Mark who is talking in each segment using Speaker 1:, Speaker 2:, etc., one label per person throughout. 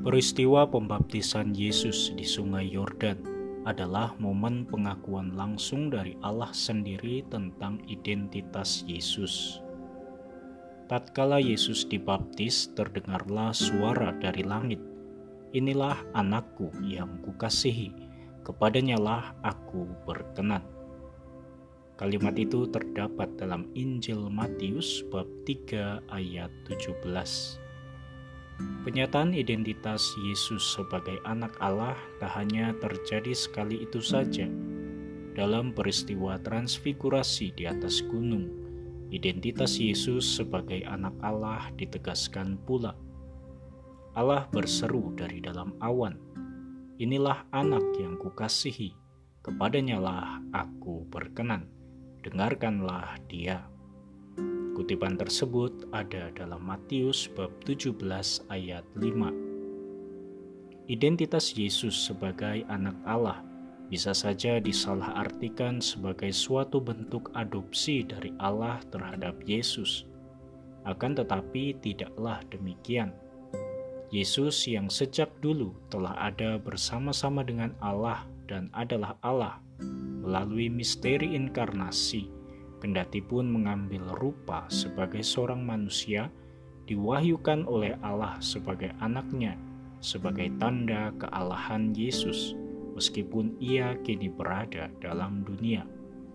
Speaker 1: Peristiwa pembaptisan Yesus di Sungai Yordan adalah momen pengakuan langsung dari Allah sendiri tentang identitas Yesus. Tatkala Yesus dibaptis, terdengarlah suara dari langit, "Inilah anakku yang kukasihi, kepadanyalah aku berkenan." Kalimat itu terdapat dalam Injil Matius bab 3 ayat 17. Penyataan identitas Yesus sebagai anak Allah tak hanya terjadi sekali itu saja. Dalam peristiwa transfigurasi di atas gunung, identitas Yesus sebagai anak Allah ditegaskan pula. Allah berseru dari dalam awan, "Inilah anak yang kukasihi, kepadanyalah aku berkenan, dengarkanlah dia." Kutipan tersebut ada dalam Matius bab 17 ayat 5. Identitas Yesus sebagai anak Allah bisa saja disalahartikan sebagai suatu bentuk adopsi dari Allah terhadap Yesus. Akan tetapi tidaklah demikian. Yesus yang sejak dulu telah ada bersama-sama dengan Allah dan adalah Allah melalui misteri inkarnasi, kendati pun mengambil rupa sebagai seorang manusia, diwahyukan oleh Allah sebagai anaknya, sebagai tanda kealahan Yesus, meskipun ia kini berada dalam dunia.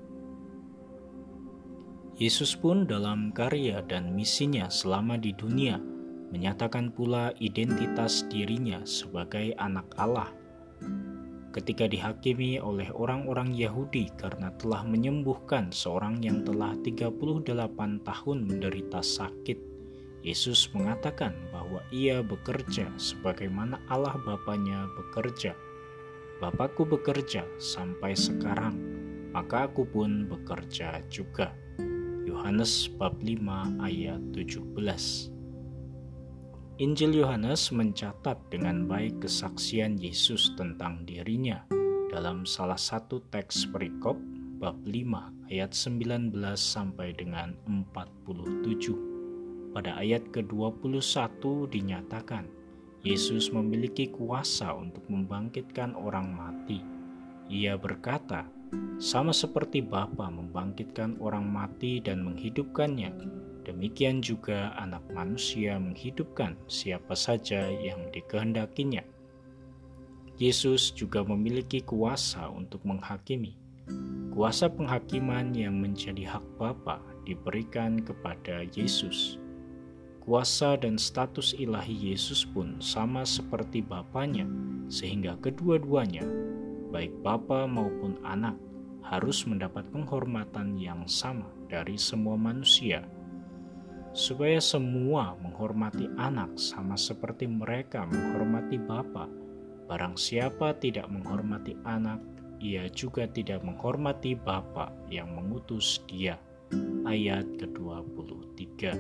Speaker 1: Yesus pun dalam karya dan misinya selama di dunia, menyatakan pula identitas dirinya sebagai anak Allah. Ketika dihakimi oleh orang-orang Yahudi karena telah menyembuhkan seorang yang telah 38 tahun menderita sakit, Yesus mengatakan bahwa ia bekerja sebagaimana Allah Bapanya bekerja. "Bapakku bekerja sampai sekarang, maka aku pun bekerja juga." Yohanes bab 5 ayat 17. Injil Yohanes mencatat dengan baik kesaksian Yesus tentang dirinya dalam salah satu teks perikop bab 5 ayat 19 sampai dengan 47. Pada ayat ke-21 dinyatakan, Yesus memiliki kuasa untuk membangkitkan orang mati. Ia berkata, "Sama seperti Bapa membangkitkan orang mati dan menghidupkannya, demikian juga Anak Manusia menghidupkan siapa saja yang dikehendakinya." Yesus juga memiliki kuasa untuk menghakimi. Kuasa penghakiman yang menjadi hak Bapa diberikan kepada Yesus. Kuasa dan status ilahi Yesus pun sama seperti Bapanya, sehingga kedua-duanya, baik Bapa maupun Anak, harus mendapat penghormatan yang sama dari semua manusia. Supaya semua menghormati Anak sama seperti mereka menghormati Bapa. Barang siapa tidak menghormati Anak, ia juga tidak menghormati Bapa yang mengutus Dia. Ayat ke-23.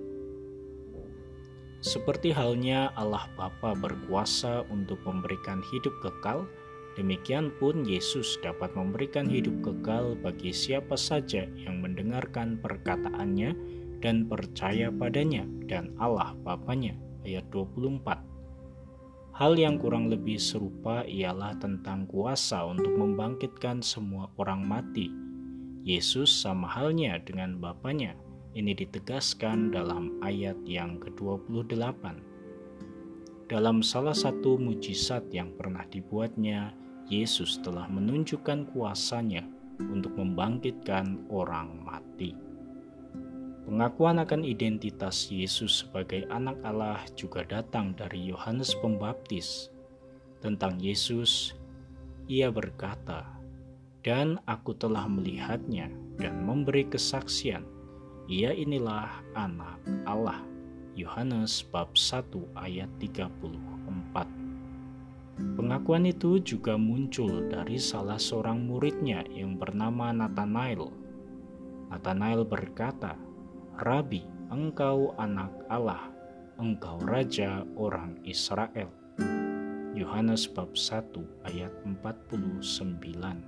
Speaker 1: Seperti halnya Allah Bapa berkuasa untuk memberikan hidup kekal, demikian pun Yesus dapat memberikan hidup kekal bagi siapa saja yang mendengarkan perkataannya dan percaya padanya dan Allah Bapanya. Ayat 24. Hal yang kurang lebih serupa ialah tentang kuasa untuk membangkitkan semua orang mati. Yesus sama halnya dengan Bapanya. Ini ditegaskan dalam ayat yang ke-28. Dalam salah satu mujizat yang pernah dibuatnya, Yesus telah menunjukkan kuasanya untuk membangkitkan orang mati. Pengakuan akan identitas Yesus sebagai anak Allah juga datang dari Yohanes Pembaptis. Tentang Yesus, ia berkata, "Dan aku telah melihatnya dan memberi kesaksian, ia inilah anak Allah." Yohanes bab 1 ayat 34. Pengakuan itu juga muncul dari salah seorang muridnya yang bernama Nathanael. Nathanael berkata, "Rabi, engkau anak Allah, engkau raja orang Israel." Yohanes bab 1 ayat 49.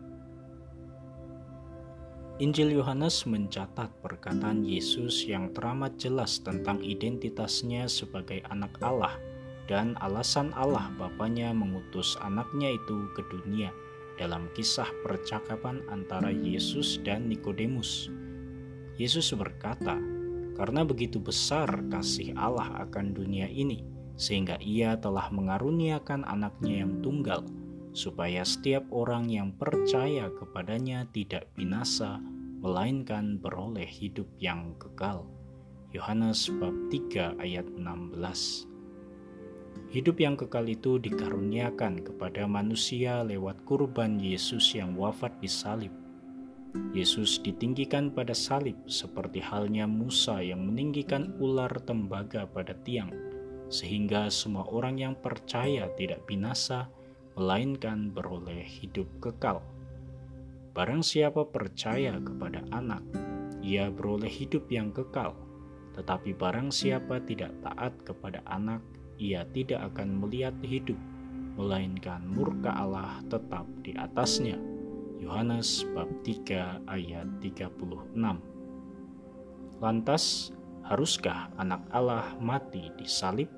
Speaker 1: Injil Yohanes mencatat perkataan Yesus yang teramat jelas tentang identitasnya sebagai anak Allah dan alasan Allah Bapanya mengutus anaknya itu ke dunia dalam kisah percakapan antara Yesus dan Nikodemus. Yesus berkata, "Karena begitu besar kasih Allah akan dunia ini, sehingga Ia telah mengaruniakan anaknya yang tunggal, supaya setiap orang yang percaya kepadanya tidak binasa, melainkan beroleh hidup yang kekal." Yohanes bab 3 ayat 16. Hidup yang kekal itu dikaruniakan kepada manusia lewat kurban Yesus yang wafat di salib. Yesus ditinggikan pada salib seperti halnya Musa yang meninggikan ular tembaga pada tiang, sehingga semua orang yang percaya tidak binasa, melainkan beroleh hidup kekal. Barang siapa percaya kepada Anak, ia beroleh hidup yang kekal. Tetapi barang siapa tidak taat kepada Anak, ia tidak akan melihat hidup, melainkan murka Allah tetap di atasnya. Yohanes bab 3 ayat 36. Lantas, haruskah Anak Allah mati di salib?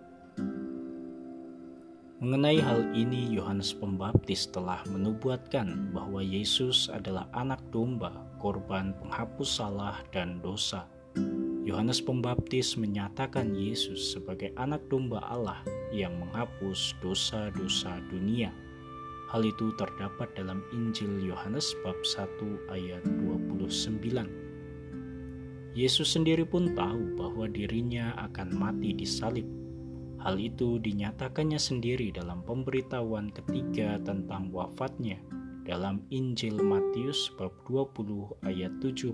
Speaker 1: Mengenai hal ini, Yohanes Pembaptis telah menubuatkan bahwa Yesus adalah anak domba, korban penghapus salah dan dosa. Yohanes Pembaptis menyatakan Yesus sebagai anak domba Allah yang menghapus dosa-dosa dunia. Hal itu terdapat dalam Injil Yohanes bab 1 ayat 29. Yesus sendiri pun tahu bahwa dirinya akan mati di salib. Hal itu dinyatakannya sendiri dalam pemberitahuan ketiga tentang wafatnya dalam Injil Matius bab 20 ayat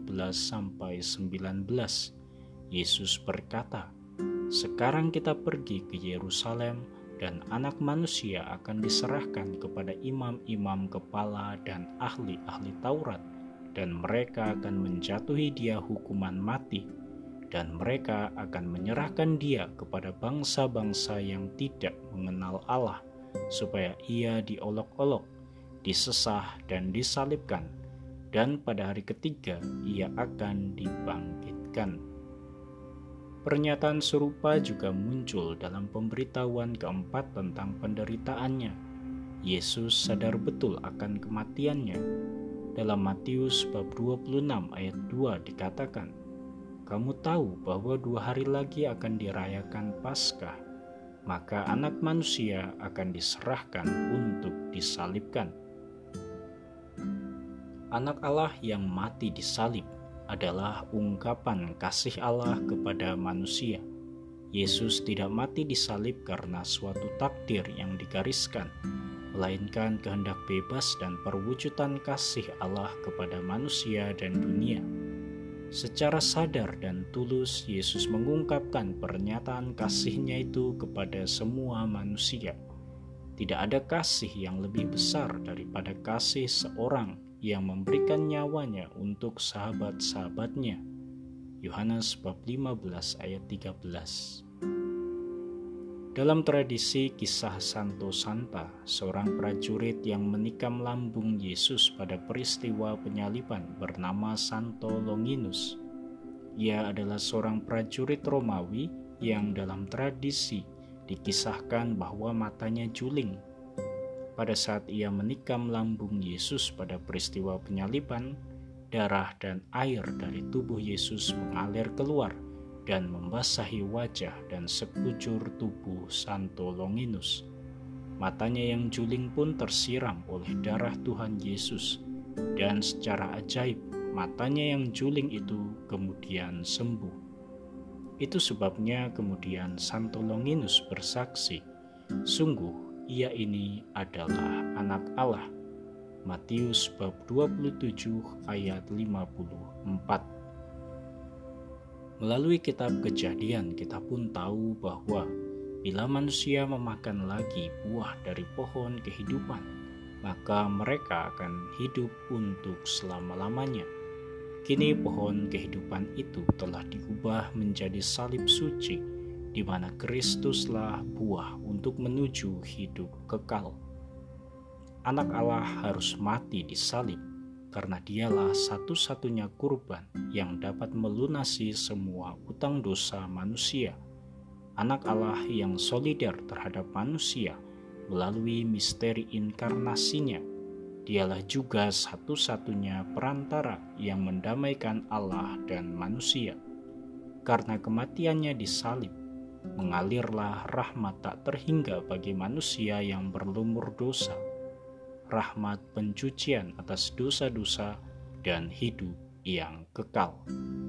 Speaker 1: 17-19. Yesus berkata, "Sekarang kita pergi ke Yerusalem, dan Anak Manusia akan diserahkan kepada imam-imam kepala dan ahli-ahli Taurat, dan mereka akan menjatuhi Dia hukuman mati, dan mereka akan menyerahkan Dia kepada bangsa-bangsa yang tidak mengenal Allah, supaya Ia diolok-olok, disesah dan disalibkan, dan pada hari ketiga Ia akan dibangkitkan." Pernyataan serupa juga muncul dalam pemberitahuan keempat tentang penderitaannya. Yesus sadar betul akan kematiannya. Dalam Matius bab 26 ayat 2 dikatakan, "Kamu tahu bahwa 2 hari lagi akan dirayakan Paskah, maka Anak Manusia akan diserahkan untuk disalibkan." Anak Allah yang mati disalib adalah ungkapan kasih Allah kepada manusia. Yesus tidak mati disalib karena suatu takdir yang digariskan, melainkan kehendak bebas dan perwujudan kasih Allah kepada manusia dan dunia. Secara sadar dan tulus, Yesus mengungkapkan pernyataan kasih-Nya itu kepada semua manusia. Tidak ada kasih yang lebih besar daripada kasih seorang yang memberikan nyawanya untuk sahabat-sahabatnya. Yohanes bab 15 ayat 13. Dalam tradisi kisah Santo Santa, seorang prajurit yang menikam lambung Yesus pada peristiwa penyaliban bernama Santo Longinus. Ia adalah seorang prajurit Romawi yang dalam tradisi dikisahkan bahwa matanya juling. Pada saat ia menikam lambung Yesus pada peristiwa penyaliban, darah dan air dari tubuh Yesus mengalir keluar dan membasahi wajah dan sekujur tubuh Santo Longinus. Matanya yang juling pun tersiram oleh darah Tuhan Yesus, dan secara ajaib matanya yang juling itu kemudian sembuh. Itu sebabnya kemudian Santo Longinus bersaksi, "Sungguh Ia ini adalah Anak Allah." Matius bab 27 ayat 54. Melalui kitab Kejadian kita pun tahu bahwa bila manusia memakan lagi buah dari pohon kehidupan, maka mereka akan hidup untuk selama-lamanya. Kini pohon kehidupan itu telah diubah menjadi salib suci, di mana Kristuslah buah untuk menuju hidup kekal. Anak Allah harus mati di salib, karena Dialah satu-satunya kurban yang dapat melunasi semua utang dosa manusia. anak Allah yang solider terhadap manusia melalui misteri inkarnasinya. Dialah juga satu-satunya perantara yang mendamaikan Allah dan manusia. Karena kematiannya di salib, mengalirlah rahmat tak terhingga bagi manusia yang berlumur dosa, rahmat pencucian atas dosa-dosa dan hidup yang kekal.